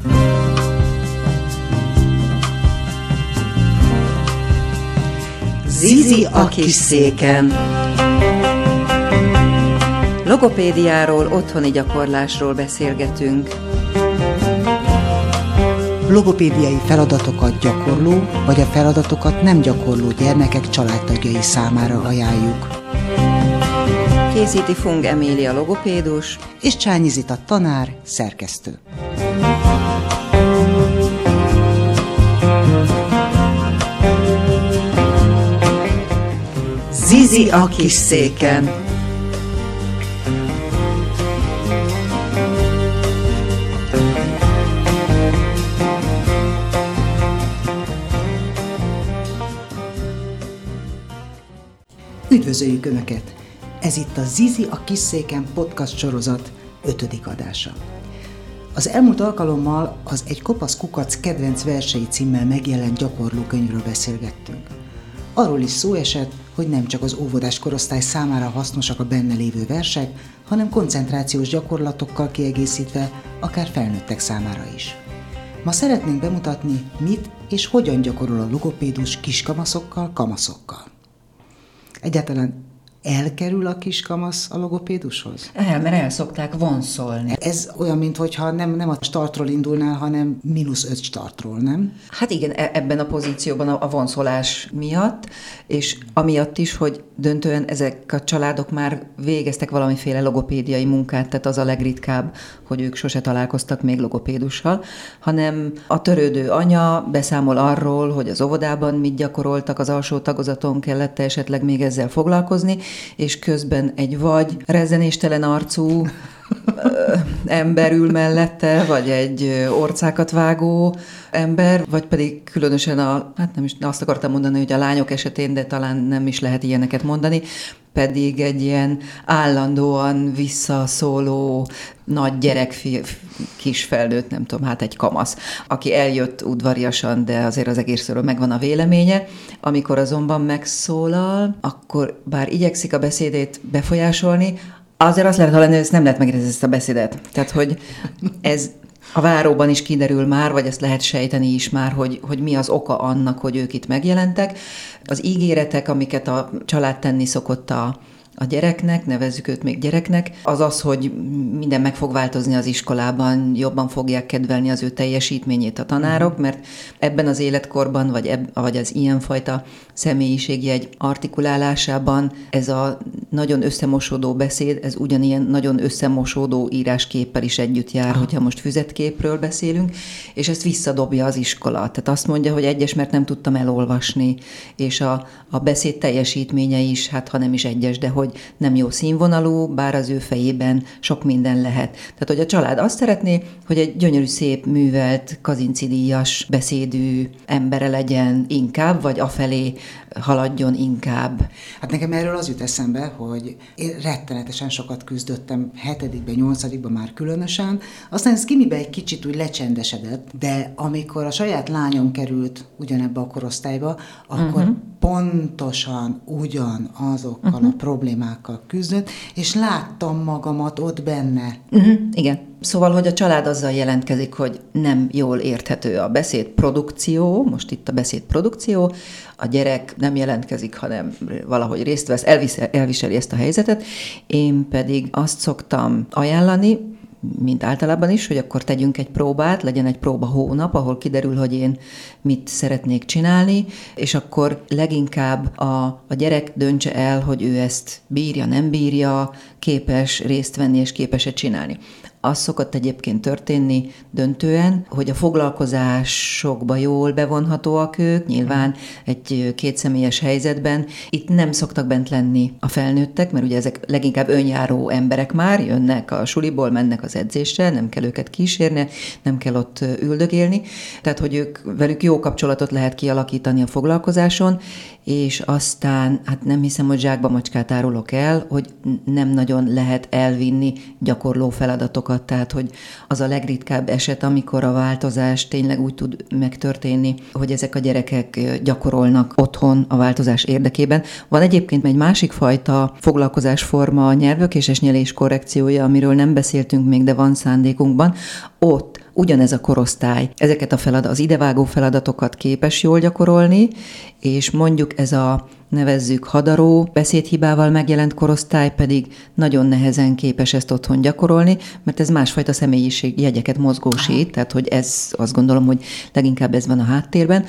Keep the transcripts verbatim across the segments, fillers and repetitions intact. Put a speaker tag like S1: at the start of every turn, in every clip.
S1: Zizi a kis széken. Logopédiáról, otthoni gyakorlásról beszélgetünk.
S2: Logopédiai feladatokat gyakorló, vagy a feladatokat nem gyakorló gyermekek családtagjai számára ajánljuk.
S1: Készíti Fung Emília logopédus,
S2: és Csányi Zita tanár, szerkesztő.
S1: Zizi a kis széken.
S2: Üdvözöljük Önöket! Ez itt a Zizi a kis széken podcast sorozat ötödik adása. Az elmúlt alkalommal az Egy kopasz kukac kedvenc versei címmel megjelent gyakorlókönyvről beszélgettünk. Arról is szó esett, hogy nem csak az óvodás korosztály számára hasznosak a benne lévő versek, hanem koncentrációs gyakorlatokkal kiegészítve akár felnőttek számára is. Ma szeretnénk bemutatni, mit és hogyan gyakorol a logopédus kiskamaszokkal, kamaszokkal. Egyáltalán elkerül a kiskamasz a logopédushoz?
S3: El, mert el szokták vonszolni.
S2: Ez olyan, mintha nem, nem a startról indulnál, hanem mínusz öt startról, nem?
S3: Hát igen, ebben a pozícióban a vonszolás miatt, és amiatt is, hogy döntően ezek a családok már végeztek valamiféle logopédiai munkát, tehát az a legritkább, hogy ők sose találkoztak még logopédussal, hanem a törődő anya beszámol arról, hogy az óvodában mit gyakoroltak, az alsó tagozaton kellett esetleg még ezzel foglalkozni, és közben egy vagy rezzenéstelen arcú ember ül mellette, vagy egy orcákat vágó ember, vagy pedig különösen a, hát nem is azt akartam mondani, hogy a lányok esetén, de talán nem is lehet ilyeneket mondani, pedig egy ilyen állandóan visszaszóló nagy gyerek, kis felnőtt, nem tudom, hát egy kamasz, aki eljött udvariasan, de azért az egészről megvan a véleménye. Amikor azonban megszólal, akkor bár igyekszik a beszédét befolyásolni, azért azt lehet hallani, hogy ezt nem lehet megérzni ezt a beszédet. Tehát, hogy ez a váróban is kiderül már, vagy ezt lehet sejteni is már, hogy, hogy mi az oka annak, hogy ők itt megjelentek. Az ígéretek, amiket a család tenni szokott a a gyereknek, nevezzük őt még gyereknek, az az, hogy minden meg fog változni az iskolában, jobban fogják kedvelni az ő teljesítményét a tanárok, mert ebben az életkorban, vagy, eb, vagy az ilyenfajta személyiségjegy artikulálásában ez a nagyon összemosódó beszéd, ez ugyanilyen nagyon összemosódó írásképpel is együtt jár, ah. hogyha most füzetképről beszélünk, és ezt visszadobja az iskola. Tehát azt mondja, hogy egyes, mert nem tudtam elolvasni, és a, a beszéd teljesítménye is, hát ha nem is egyes, de hogy nem jó színvonalú, bár az ő fejében sok minden lehet. Tehát, hogy a család azt szeretné, hogy egy gyönyörű, szép, művelt, kazincidíjas beszédű embere legyen inkább, vagy afelé haladjon inkább.
S2: Hát nekem erről az jut eszembe, hogy én rettenetesen sokat küzdöttem, hetedikben, nyolcadikban már különösen, aztán ez gimibe egy kicsit úgy lecsendesedett, de amikor a saját lányom került ugyanebbe a korosztályba, akkor uh-huh. pontosan ugyanazokkal uh-huh. a problémákkal küzdött, és láttam magamat ott benne.
S3: Uh-huh. Igen. Szóval, hogy a család azzal jelentkezik, hogy nem jól érthető a beszédprodukció, most itt a beszédprodukció, a gyerek nem jelentkezik, hanem valahogy részt vesz, elvisel, elviseli ezt a helyzetet, én pedig azt szoktam ajánlani, mint általában is, hogy akkor tegyünk egy próbát, legyen egy próba hónap, ahol kiderül, hogy én mit szeretnék csinálni, és akkor leginkább a, a gyerek döntse el, hogy ő ezt bírja, nem bírja, képes részt venni és képes-e csinálni. Az szokott egyébként történni döntően, hogy a foglalkozásokba jól bevonhatóak ők, nyilván egy kétszemélyes helyzetben. Itt nem szoktak bent lenni a felnőttek, mert ugye ezek leginkább önjáró emberek már, jönnek a suliból, mennek az edzésre, nem kell őket kísérni, nem kell ott üldögélni. Tehát, hogy ők, velük jó kapcsolatot lehet kialakítani a foglalkozáson, és aztán, hát nem hiszem, hogy zsákba macskát árulok el, hogy nem nagyon lehet elvinni gyakorló feladatokat, tehát, hogy az a legritkább eset, amikor a változás tényleg úgy tud megtörténni, hogy ezek a gyerekek gyakorolnak otthon a változás érdekében. Van egyébként egy másik fajta foglalkozásforma, a nyelvökéses nyelés korrekciója, amiről nem beszéltünk még, de van szándékunkban. Ott ugyanez a korosztály ezeket a feladat, az idevágó feladatokat képes jól gyakorolni, és mondjuk ez a nevezzük hadaró, beszédhibával megjelent korosztály pedig nagyon nehezen képes ezt otthon gyakorolni, mert ez másfajta személyiségjegyeket mozgósít, tehát hogy ez azt gondolom, hogy leginkább ez van a háttérben,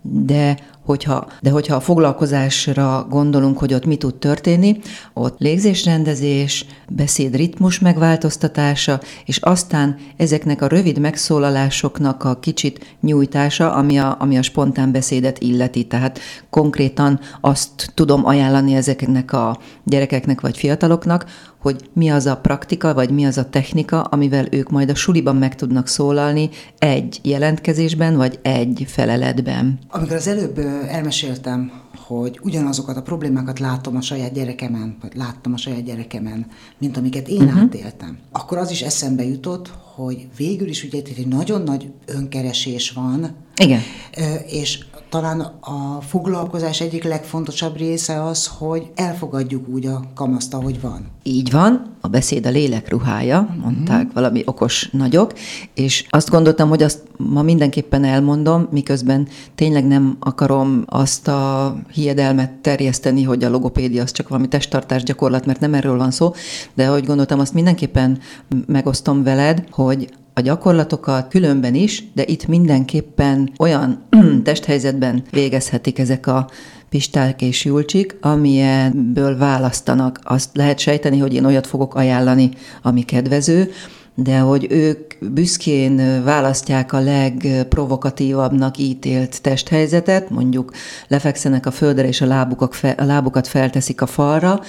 S3: de hogyha, de hogyha a foglalkozásra gondolunk, hogy ott mi tud történni, ott légzésrendezés, beszédritmus megváltoztatása, és aztán ezeknek a rövid megszólalásoknak a kicsit nyújtása, ami a, ami a spontán beszédet illeti. Tehát konkrétan azt tudom ajánlani ezeknek a gyerekeknek vagy fiataloknak, hogy mi az a praktika, vagy mi az a technika, amivel ők majd a suliban meg tudnak szólalni egy jelentkezésben, vagy egy feleletben.
S2: Amikor az előbb elmeséltem, hogy ugyanazokat a problémákat látom a saját gyerekemen, vagy láttam a saját gyerekemen, mint amiket én uh-huh. átéltem, akkor az is eszembe jutott, hogy végül is ugye egy nagyon nagy önkeresés van.
S3: Igen.
S2: És talán a foglalkozás egyik legfontosabb része az, hogy elfogadjuk úgy a kamaszt, ahogy van.
S3: Így van, a beszéd a lélek ruhája, mondták mm-hmm. valami okos nagyok, és azt gondoltam, hogy azt ma mindenképpen elmondom, miközben tényleg nem akarom azt a hiedelmet terjeszteni, hogy a logopédia az csak valami testtartás gyakorlat, mert nem erről van szó, de ahogy gondoltam, azt mindenképpen megosztom veled, hogy a gyakorlatokat különben is, de itt mindenképpen olyan testhelyzetben végezhetik ezek a pisták és julcsik, amilyenből választanak. Azt lehet sejteni, hogy én olyat fogok ajánlani, ami kedvező, de hogy ők büszkén választják a legprovokatívabbnak ítélt testhelyzetet, mondjuk lefekszenek a földre, és a, lábukak fe, a lábukat felteszik a falra,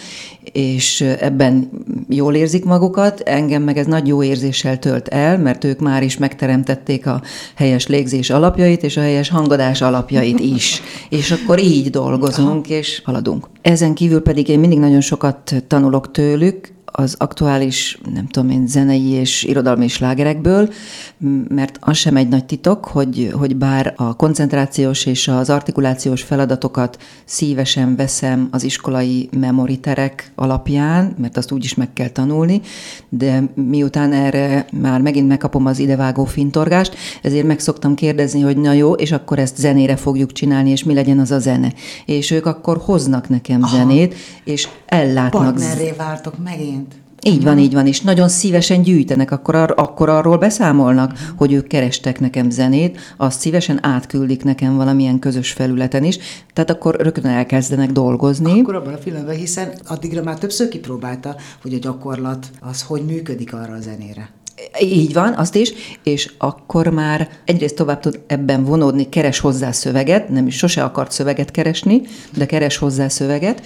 S3: és ebben jól érzik magukat, engem meg ez nagy jó érzéssel tölt el, mert ők már is megteremtették a helyes légzés alapjait, és a helyes hangadás alapjait is. És akkor így dolgozunk, és haladunk. Ezen kívül pedig én mindig nagyon sokat tanulok tőlük, az aktuális, nem tudom én, zenei és irodalmi slágerekből, mert az sem egy nagy titok, hogy, hogy bár a koncentrációs és az artikulációs feladatokat szívesen veszem az iskolai memoriterek alapján, mert azt úgyis meg kell tanulni, de miután erre már megint megkapom az idevágó fintorgást, ezért meg szoktam kérdezni, hogy na jó, és akkor ezt zenére fogjuk csinálni, és mi legyen az a zene. És ők akkor hoznak nekem Aha. zenét, és ellátnak.
S2: Partnerré váltok megint.
S3: Így van, így van, és nagyon szívesen gyűjtenek, akkor, ar- akkor arról beszámolnak, uh-huh. hogy ők kerestek nekem zenét, azt szívesen átküldik nekem valamilyen közös felületen is, tehát akkor rögtön elkezdenek dolgozni.
S2: Akkor abban a pillanatban, hiszen addigra már többször kipróbálta, hogy a gyakorlat az hogy működik arra a zenére.
S3: Így van, azt is, és akkor már egyrészt tovább tud ebben vonódni, keres hozzá szöveget, nem is sose akart szöveget keresni, de keres hozzá szöveget,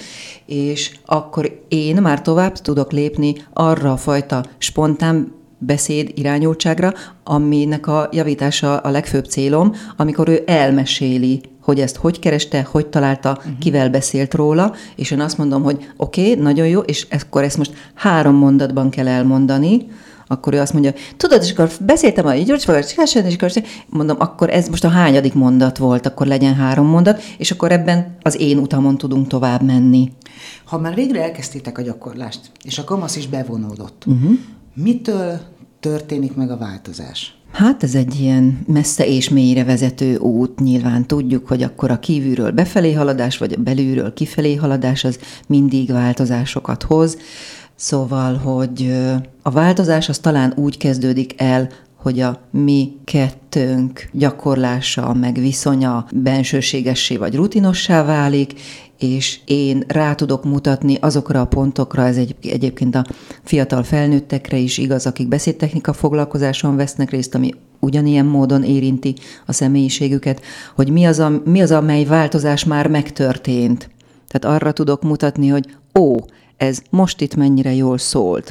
S3: és akkor én már tovább tudok lépni arra a fajta spontán beszéd irányultságra, aminek a javítása a legfőbb célom, amikor ő elmeséli, hogy ezt hogy kereste, hogy találta, uh-huh. kivel beszélt róla, és én azt mondom, hogy oké, okay, nagyon jó, és akkor ezt most három mondatban kell elmondani, akkor ő azt mondja, tudod, és akkor beszéltem a gyógyszerfogást, és akkor mondom, akkor ez most a hányadik mondat volt, akkor legyen három mondat, és akkor ebben az én utamon tudunk tovább menni.
S2: Ha már végre elkezdtétek a gyakorlást, és a kamasz is bevonódott, uh-huh. mitől történik meg a változás?
S3: Hát ez egy ilyen messze és mélyre vezető út. Nyilván tudjuk, hogy akkor a kívülről befelé haladás, vagy a belülről kifelé haladás az mindig változásokat hoz. Szóval, hogy a változás az talán úgy kezdődik el, hogy a mi kettőnk gyakorlása, meg viszonya bensőségessé vagy rutinossá válik, és én rá tudok mutatni azokra a pontokra, ez egy, egyébként a fiatal felnőttekre is igaz, akik beszédtechnika foglalkozáson vesznek részt, ami ugyanilyen módon érinti a személyiségüket, hogy mi az, a, mi az, amely változás már megtörtént. Tehát arra tudok mutatni, hogy ó, ez most itt mennyire jól szólt.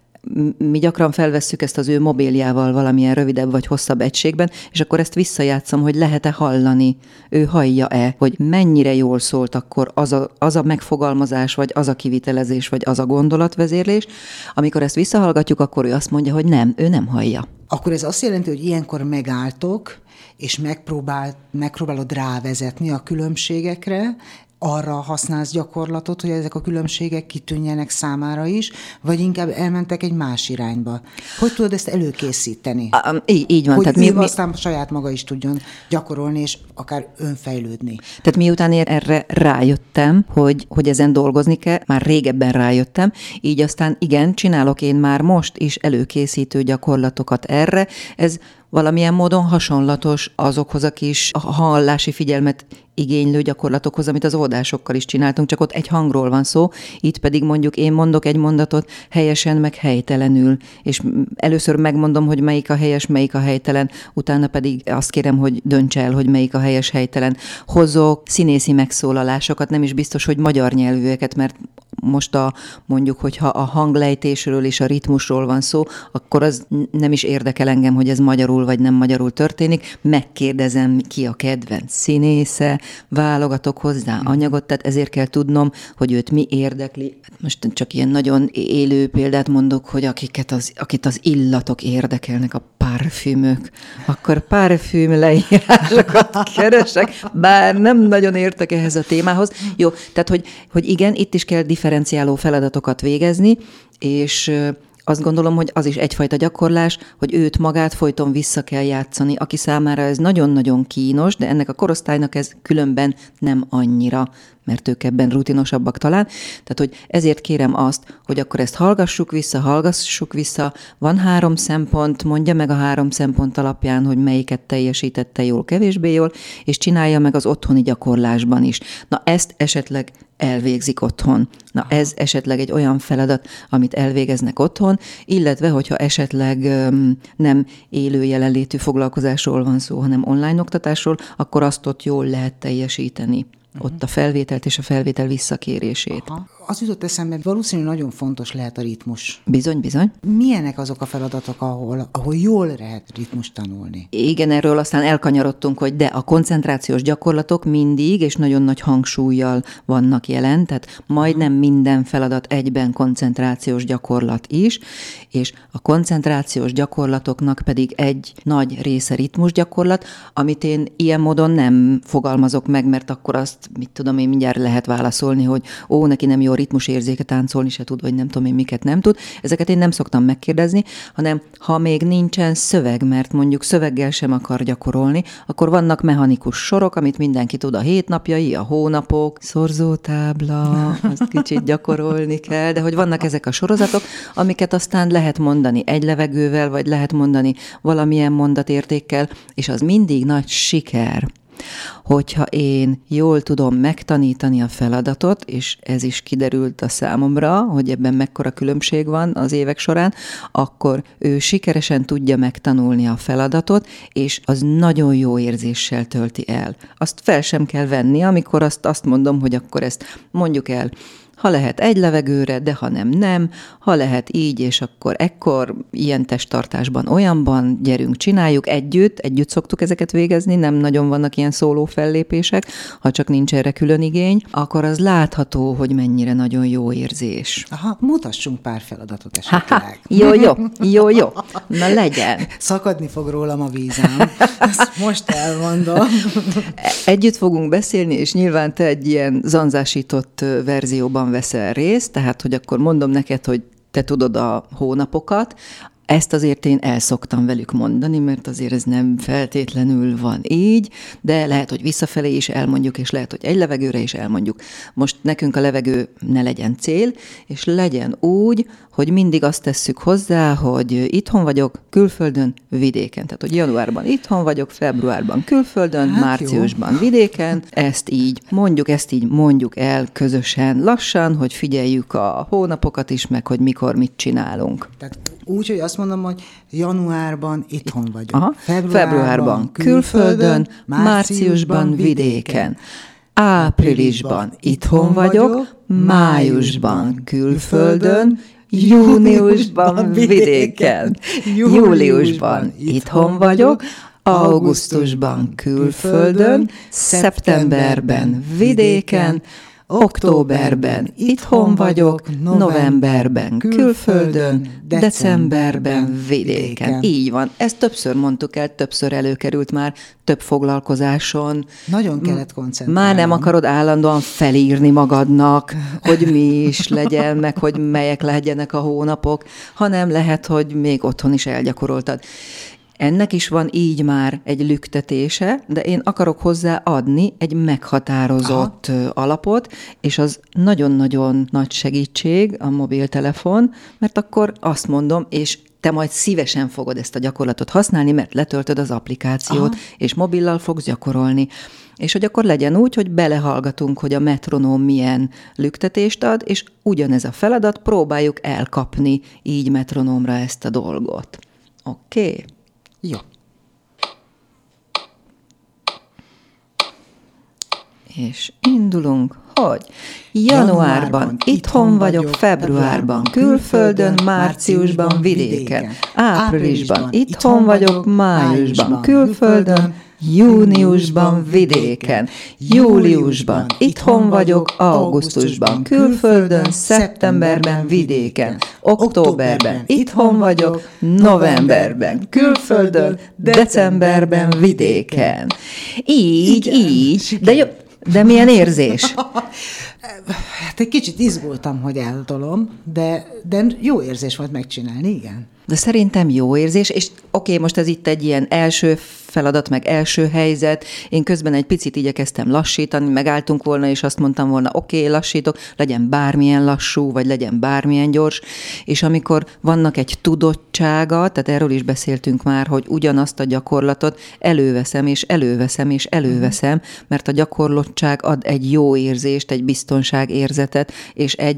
S3: Mi gyakran felvesszük ezt az ő mobiljával valamilyen rövidebb vagy hosszabb egységben, és akkor ezt visszajátszom, hogy lehet-e hallani, ő hallja-e, hogy mennyire jól szólt akkor az a, az a megfogalmazás, vagy az a kivitelezés, vagy az a gondolatvezérlés. Amikor ezt visszahallgatjuk, akkor ő azt mondja, hogy nem, ő nem hallja.
S2: Akkor ez azt jelenti, hogy ilyenkor megálltok, és megpróbál, megpróbálod rávezetni a különbségekre, arra használsz gyakorlatot, hogy ezek a különbségek kitűnjenek számára is, vagy inkább elmentek egy más irányba? Hogy tudod ezt előkészíteni?
S3: A, így, így van.
S2: Hogy
S3: tehát
S2: mi,
S3: mi, mi,
S2: aztán saját maga is tudjon gyakorolni, és akár önfejlődni.
S3: Tehát miután erre rájöttem, hogy, hogy ezen dolgozni kell, már régebben rájöttem, így aztán igen, csinálok én már most is előkészítő gyakorlatokat erre. Ez valamilyen módon hasonlatos azokhoz a kis hallási figyelmet igénylő gyakorlatokhoz, amit az óvodásokkal is csináltunk, csak ott egy hangról van szó, itt pedig mondjuk én mondok egy mondatot helyesen, meg helytelenül, és először megmondom, hogy melyik a helyes, melyik a helytelen, utána pedig azt kérem, hogy dönts el, hogy melyik a helyes, helytelen. Hozok színészi megszólalásokat, nem is biztos, hogy magyar nyelvűeket, mert most a, mondjuk, hogyha a hanglejtésről és a ritmusról van szó, akkor az nem is érdekel engem, hogy ez magyarul vagy nem magyarul történik. Megkérdezem, ki a kedvenc színésze, válogatok hozzá anyagot, tehát ezért kell tudnom, hogy őt mi érdekli. Most csak ilyen nagyon élő példát mondok, hogy akiket az, akit az illatok érdekelnek, a parfümök, akkor parfüm leírásokat keresek, bár nem nagyon értek ehhez a témához. Jó, tehát, hogy, hogy igen, itt is kell differenciáló feladatokat végezni, és azt gondolom, hogy az is egyfajta gyakorlás, hogy őt magát folyton vissza kell játszani, aki számára ez nagyon-nagyon kínos, de ennek a korosztálynak ez különben nem annyira, mert ők ebben rutinosabbak talán. Tehát, hogy ezért kérem azt, hogy akkor ezt hallgassuk vissza, hallgassuk vissza, van három szempont, mondja meg a három szempont alapján, hogy melyiket teljesítette jól, kevésbé jól, és csinálja meg az otthoni gyakorlásban is. Na, ezt esetleg elvégzik otthon. Na, ez esetleg egy olyan feladat, amit elvégeznek otthon, illetve, hogyha esetleg öm, nem élő jelenlétű foglalkozásról van szó, hanem online oktatásról, akkor azt ott jól lehet teljesíteni. Uh-huh. Ott a felvételt és a felvétel visszakérését.
S2: Aha. Az jutott eszembe, valószínűleg nagyon fontos lehet a ritmus.
S3: Bizony, bizony.
S2: Milyenek azok a feladatok, ahol, ahol jól lehet ritmus tanulni?
S3: Igen, erről aztán elkanyarodtunk, hogy de a koncentrációs gyakorlatok mindig és nagyon nagy hangsúllyal vannak jelen, tehát majdnem minden feladat egyben koncentrációs gyakorlat is, és a koncentrációs gyakorlatoknak pedig egy nagy része ritmus gyakorlat, amit én ilyen módon nem fogalmazok meg, mert akkor azt, mit tudom én, mindjárt lehet válaszolni, hogy ó, neki nem jó ritmusérzéke, táncolni se tud, vagy nem tudom én miket nem tud. Ezeket én nem szoktam megkérdezni, hanem ha még nincsen szöveg, mert mondjuk szöveggel sem akar gyakorolni, akkor vannak mechanikus sorok, amit mindenki tud, a hétnapjai, a hónapok, szorzótábla, azt kicsit gyakorolni kell, de hogy vannak ezek a sorozatok, amiket aztán lehet mondani egy levegővel, vagy lehet mondani valamilyen mondatértékkel, és az mindig nagy siker. Hogyha én jól tudom megtanítani a feladatot, és ez is kiderült a számomra, hogy ebben mekkora különbség van az évek során, akkor ő sikeresen tudja megtanulni a feladatot, és az nagyon jó érzéssel tölti el. Azt fel sem kell venni, amikor azt, azt mondom, hogy akkor ezt mondjuk el, ha lehet egy levegőre, de ha nem, nem, ha lehet így, és akkor ekkor ilyen testtartásban, olyanban, gyerünk, csináljuk együtt, együtt szoktuk ezeket végezni, nem nagyon vannak ilyen szóló fellépések, ha csak nincs erre külön igény, akkor az látható, hogy mennyire nagyon jó érzés.
S2: Aha, mutassunk pár feladatot esetleg.
S3: Jó, jó, jó, jó, na legyen.
S2: Szakadni fog rólam a vízem, ezt most elmondom.
S3: Együtt fogunk beszélni, és nyilván te egy ilyen zanzásított verzióban veszel részt, tehát, hogy akkor mondom neked, hogy te tudod a hónapokat, ezt azért én el szoktam velük mondani, mert azért ez nem feltétlenül van így, de lehet, hogy visszafelé is elmondjuk, és lehet, hogy egy levegőre is elmondjuk. Most nekünk a levegő ne legyen cél, és legyen úgy, hogy mindig azt tesszük hozzá, hogy itthon vagyok, külföldön, vidéken. Tehát, hogy januárban itthon vagyok, februárban külföldön, hát márciusban jó. Vidéken. Ezt így mondjuk, ezt így mondjuk el közösen, lassan, hogy figyeljük a hónapokat is, meg hogy mikor mit csinálunk.
S2: Tehát úgy, hogy azt mondom, hogy januárban itthon vagyok.
S3: Aha. Februárban, februárban külföldön, márciusban vidéken. Áprilisban itthon vagyok, májusban külföldön, júniusban vidéken, júliusban itthon vagyok, augusztusban külföldön, szeptemberben vidéken, Októberben itthon vagyok, novemberben külföldön, decemberben vidéken. Így van. Ezt többször mondtuk el, többször előkerült már, több foglalkozáson.
S2: Nagyon kellett koncentrálni.
S3: Már nem akarod állandóan felírni magadnak, hogy mi is legyen, meg hogy melyek legyenek a hónapok, hanem lehet, hogy még otthon is elgyakoroltad. Ennek is van így már egy lüktetése, de én akarok hozzá adni egy meghatározott Aha. alapot, és az nagyon-nagyon nagy segítség a mobiltelefon, mert akkor azt mondom, és te majd szívesen fogod ezt a gyakorlatot használni, mert letöltöd az applikációt, Aha. és mobillal fogsz gyakorolni. És hogy akkor legyen úgy, hogy belehallgatunk, hogy a metronóm milyen lüktetést ad, és ugyanez a feladat, próbáljuk elkapni így metronómra ezt a dolgot. Oké? Okay?
S2: Jó.
S3: És indulunk, hogy januárban itthon vagyok, februárban külföldön, márciusban vidéken, áprilisban itthon vagyok, májusban külföldön, júniusban vidéken, júliusban itthon vagyok, augusztusban külföldön, szeptemberben vidéken, októberben itthon vagyok, novemberben külföldön, decemberben vidéken. Így, így, de jó, de milyen érzés?
S2: Hát egy kicsit izgultam, hogy eltolom, de, de jó érzés volt megcsinálni, igen.
S3: De szerintem jó érzés, és oké, okay, most ez itt egy ilyen első feladat, meg első helyzet. Én közben egy picit igyekeztem lassítani, megálltunk volna, és azt mondtam volna, oké, okay, lassítok, legyen bármilyen lassú, vagy legyen bármilyen gyors, és amikor vannak egy tudottsága, tehát erről is beszéltünk már, hogy ugyanazt a gyakorlatot előveszem, és előveszem, és előveszem, mert a gyakorlottság ad egy jó érzést, egy biztonságérzetet, és egy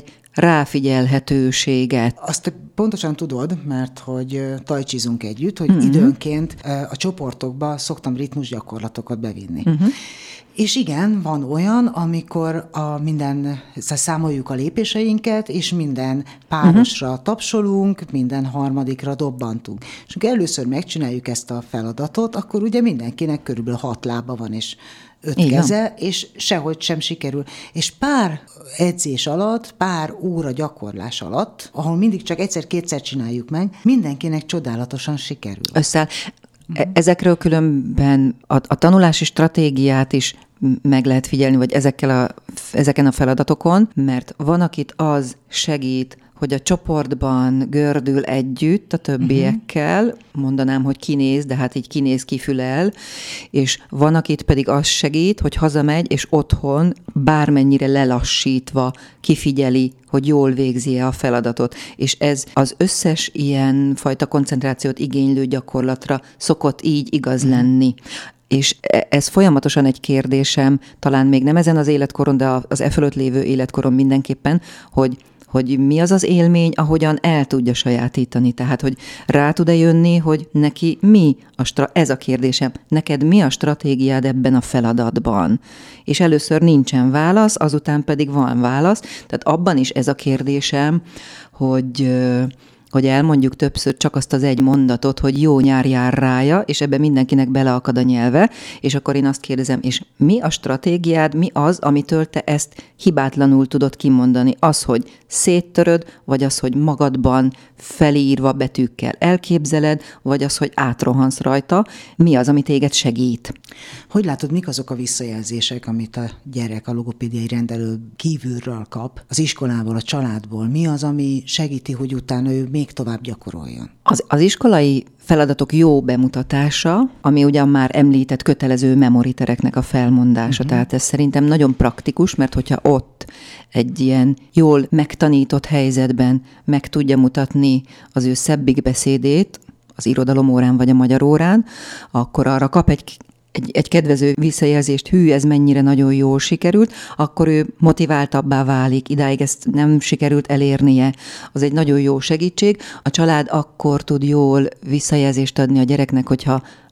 S3: ráfigyelhetőséget.
S2: Azt pontosan tudod, mert hogy tajcsizunk együtt, hogy uh-huh. időnként a csoportokba szoktam ritmus gyakorlatokat bevinni. Uh-huh. És igen, van olyan, amikor a minden, számoljuk a lépéseinket, és minden párosra uh-huh. tapsolunk, minden harmadikra dobbantunk. És amikor először megcsináljuk ezt a feladatot, akkor ugye mindenkinek körülbelül hat lába van, és öt Igen. keze, és sehogy sem sikerül. És pár edzés alatt, pár óra gyakorlás alatt, ahol mindig csak egyszer-kétszer csináljuk meg, mindenkinek csodálatosan sikerül.
S3: Összeáll. Ezekről különben a, a tanulási stratégiát is meg lehet figyelni, vagy ezekkel a, ezeken a feladatokon, mert van, akit az segít, hogy a csoportban gördül együtt a többiekkel, uh-huh. mondanám, hogy kinéz, de hát így kinéz, kifülel, és van, akit pedig az segít, hogy hazamegy, és otthon bármennyire lelassítva kifigyeli, hogy jól végzi-e a feladatot. És ez az összes ilyen fajta koncentrációt igénylő gyakorlatra szokott így igaz uh-huh. lenni. És ez folyamatosan egy kérdésem, talán még nem ezen az életkoron, de az e fölött lévő életkoron mindenképpen, hogy hogy mi az az élmény, ahogyan el tudja sajátítani. Tehát, hogy rá tud-e jönni, hogy neki mi a stra- ez a kérdésem, neked mi a stratégiád ebben a feladatban? És először nincsen válasz, azután pedig van válasz. Tehát abban is ez a kérdésem, hogy... hogy elmondjuk többször csak azt az egy mondatot, hogy jó nyár jár rája, és ebben mindenkinek beleakad a nyelve, és akkor én azt kérdezem, és mi a stratégiád, mi az, amitől te ezt hibátlanul tudod kimondani? Az, hogy széttöröd, vagy az, hogy magadban felírva betűkkel elképzeled, vagy az, hogy átrohansz rajta, mi az, ami téged segít?
S2: Hogy látod, mik azok a visszajelzések, amit a gyerek a logopédiai rendelő kívülről kap, az iskolából, a családból? Mi az, ami segíti, hogy utána ő még tovább gyakoroljon?
S3: Az, az iskolai feladatok jó bemutatása, ami ugyan már említett kötelező memoritereknek a felmondása. Uh-huh. Tehát ez szerintem nagyon praktikus, mert hogyha ott egy ilyen jól megtanított helyzetben meg tudja mutatni az ő szebbik beszédét, az irodalom órán vagy a magyar órán, akkor arra kap egy Egy, egy kedvező visszajelzést, hű, ez mennyire nagyon jól sikerült, akkor ő motiváltabbá válik, idáig ezt nem sikerült elérnie. Az egy nagyon jó segítség. A család akkor tud jól visszajelzést adni a gyereknek, hogyha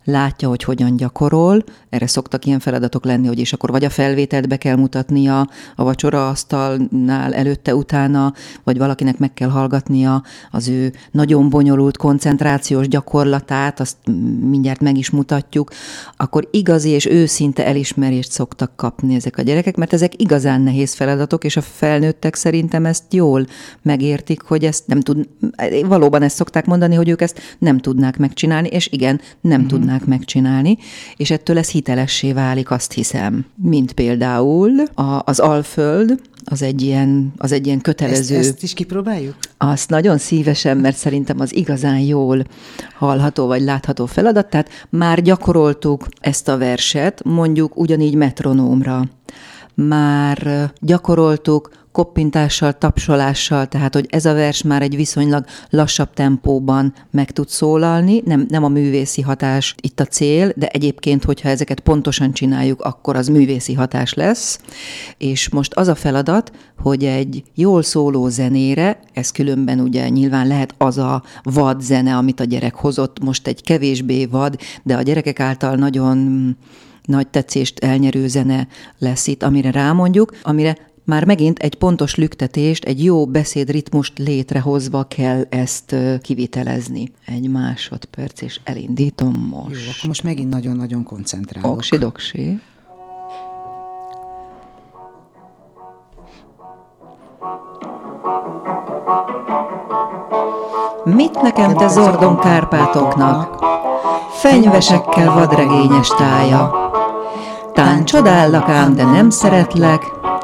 S3: látja, hogy hogyan gyakorol, erre szoktak ilyen feladatok lenni, hogy és akkor vagy a felvételt be kell mutatnia a vacsoraasztalnál előtte-utána, vagy valakinek meg kell hallgatnia az ő nagyon bonyolult koncentrációs gyakorlatát, azt mindjárt meg is mutatjuk, akkor igazi és őszinte elismerést szoktak kapni ezek a gyerekek, mert ezek igazán nehéz feladatok, és a felnőttek szerintem ezt jól megértik, hogy ezt nem tud, valóban ezt szokták mondani, hogy ők ezt nem tudnák megcsinálni, és igen, nem mm-hmm. tudnák megcsinálni, és ettől ez hitelessé válik, azt hiszem. Mint például a, az Alföld, az egy ilyen, az egy ilyen kötelező...
S2: Ezt, ezt is kipróbáljuk?
S3: Azt nagyon szívesen, mert szerintem az igazán jól hallható vagy látható feladat, tehát már gyakoroltuk ezt a verset, mondjuk ugyanígy metronómra. Már gyakoroltuk koppintással, tapsolással, tehát hogy ez a vers már egy viszonylag lassabb tempóban meg tud szólalni, nem, nem a művészi hatás itt a cél, de egyébként, hogyha ezeket pontosan csináljuk, akkor az művészi hatás lesz. És most az a feladat, hogy egy jól szóló zenére, ez különben ugye nyilván lehet az a vad zene, amit a gyerek hozott, most egy kevésbé vad, de a gyerekek által nagyon nagy tetszést elnyerő zene lesz itt, amire rámondjuk, amire már megint egy pontos lüktetést, egy jó beszédritmust létrehozva kell ezt kivitelezni. Egy másodperc, és elindítom most.
S2: Jó, akkor most megint nagyon-nagyon koncentrálok.
S3: Oksi-doksi. Mit nekem te zordon Kárpátoknak, fenyvesekkel vadregényes tája. Tán csodállak ám, de nem szeretlek,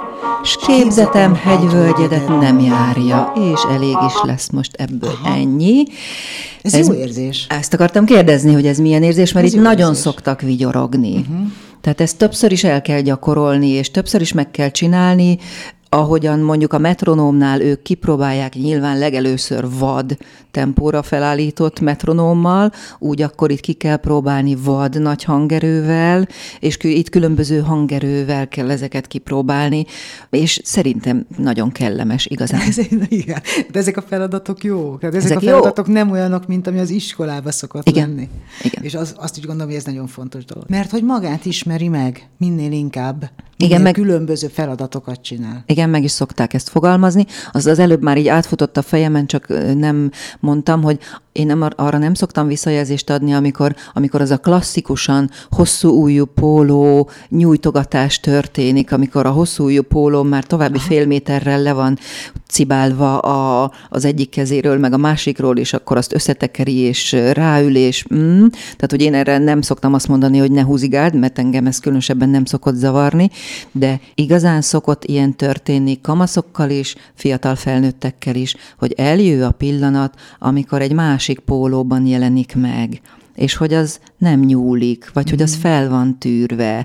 S3: s képzetem hegyvölgyedet nem járja, és elég is lesz most ebből. Aha. Ennyi.
S2: Ez, ez jó érzés.
S3: Ezt akartam kérdezni, hogy ez milyen érzés, mert ez itt nagyon érzés. Szoktak vigyorogni. Uh-huh. Tehát ezt többször is el kell gyakorolni, és többször is meg kell csinálni, ahogyan mondjuk a metronómnál ők kipróbálják nyilván legelőször vad tempóra felállított metronómmal, úgy akkor itt ki kell próbálni vad nagy hangerővel, és itt különböző hangerővel kell ezeket kipróbálni, és szerintem nagyon kellemes igazán.
S2: Ez, igen, de ezek a feladatok jók. Ezek, ezek a feladatok jó. Nem olyanok, mint ami az iskolába szokott
S3: igen.
S2: lenni.
S3: Igen.
S2: És az, azt is gondolom, hogy ez nagyon fontos dolog. Mert hogy magát ismeri meg minél inkább, minél
S3: igen, meg
S2: különböző feladatokat csinál.
S3: Igen, meg is szokták ezt fogalmazni. Az az előbb már így átfutott a fejemen, csak nem mondtam, hogy én nem, arra nem szoktam visszajelzést adni, amikor, amikor az a klasszikusan hosszú ujjú póló nyújtogatás történik, amikor a hosszú ujjú póló már további Aha. fél méterrel le van cibálva a, az egyik kezéről, meg a másikról, és akkor azt összetekeri, és ráül, és mm. tehát, hogy én erre nem szoktam azt mondani, hogy ne húzigáld, mert engem ez különösebben nem szokott zavarni, de igazán szokott ilyen történni kamaszokkal is, fiatal felnőttekkel is, hogy eljő a pillanat, amikor egy másik pólóban jelenik meg, és hogy az nem nyúlik, vagy mm. hogy az fel van tűrve.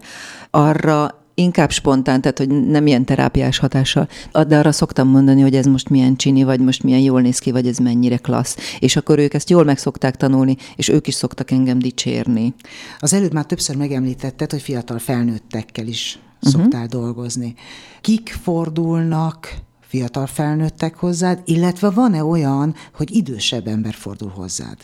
S3: Arra inkább spontán, tehát hogy nem ilyen terápiás hatással, de arra szoktam mondani, hogy ez most milyen csini, vagy most milyen jól néz ki, vagy ez mennyire klassz. És akkor ők ezt jól meg szokták tanulni, és ők is szoktak engem dicsérni.
S2: Az előtt már többször megemlítetted, hogy fiatal felnőttekkel is uh-huh. szoktál dolgozni. Kik fordulnak fiatal felnőttek hozzád, illetve van-e olyan, hogy idősebb ember fordul hozzád?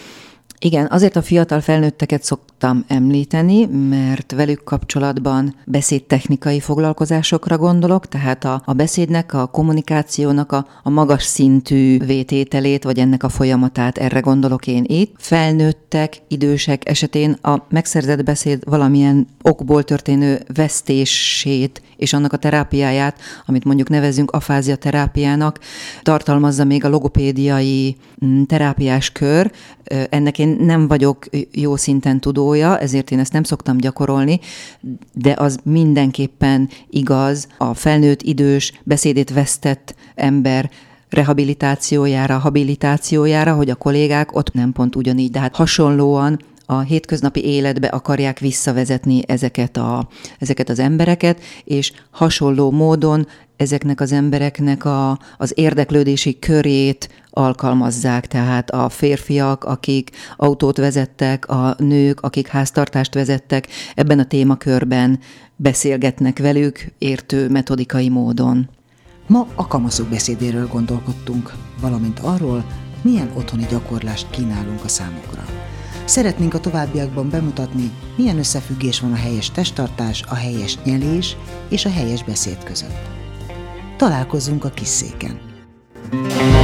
S3: Igen, azért a fiatal felnőtteket szoktam említeni, mert velük kapcsolatban beszédtechnikai foglalkozásokra gondolok, tehát a, a beszédnek, a kommunikációnak a, a magas szintű vétételét, vagy ennek a folyamatát, erre gondolok én itt. Felnőttek, idősek esetén a megszerzett beszéd valamilyen okból történő vesztését és annak a terápiáját, amit mondjuk nevezünk afázia terápiának, tartalmazza még a logopédiai terápiás kör. Ennek én nem vagyok jó szinten tudója, ezért én ezt nem szoktam gyakorolni, de az mindenképpen igaz a felnőtt, idős, beszédét vesztett ember rehabilitációjára, habilitációjára, hogy a kollégák ott nem pont ugyanígy, de hát hasonlóan a hétköznapi életbe akarják visszavezetni ezeket, a, ezeket az embereket, és hasonló módon ezeknek az embereknek a, az érdeklődési körét alkalmazzák, tehát a férfiak, akik autót vezettek, a nők, akik háztartást vezettek, ebben a témakörben beszélgetnek velük értő metodikai módon.
S2: Ma a kamaszok beszédéről gondolkodtunk, valamint arról, milyen otthoni gyakorlást kínálunk a számukra. Szeretnénk a továbbiakban bemutatni, milyen összefüggés van a helyes testtartás, a helyes nyelés és a helyes beszéd között. Találkozzunk a kis széken!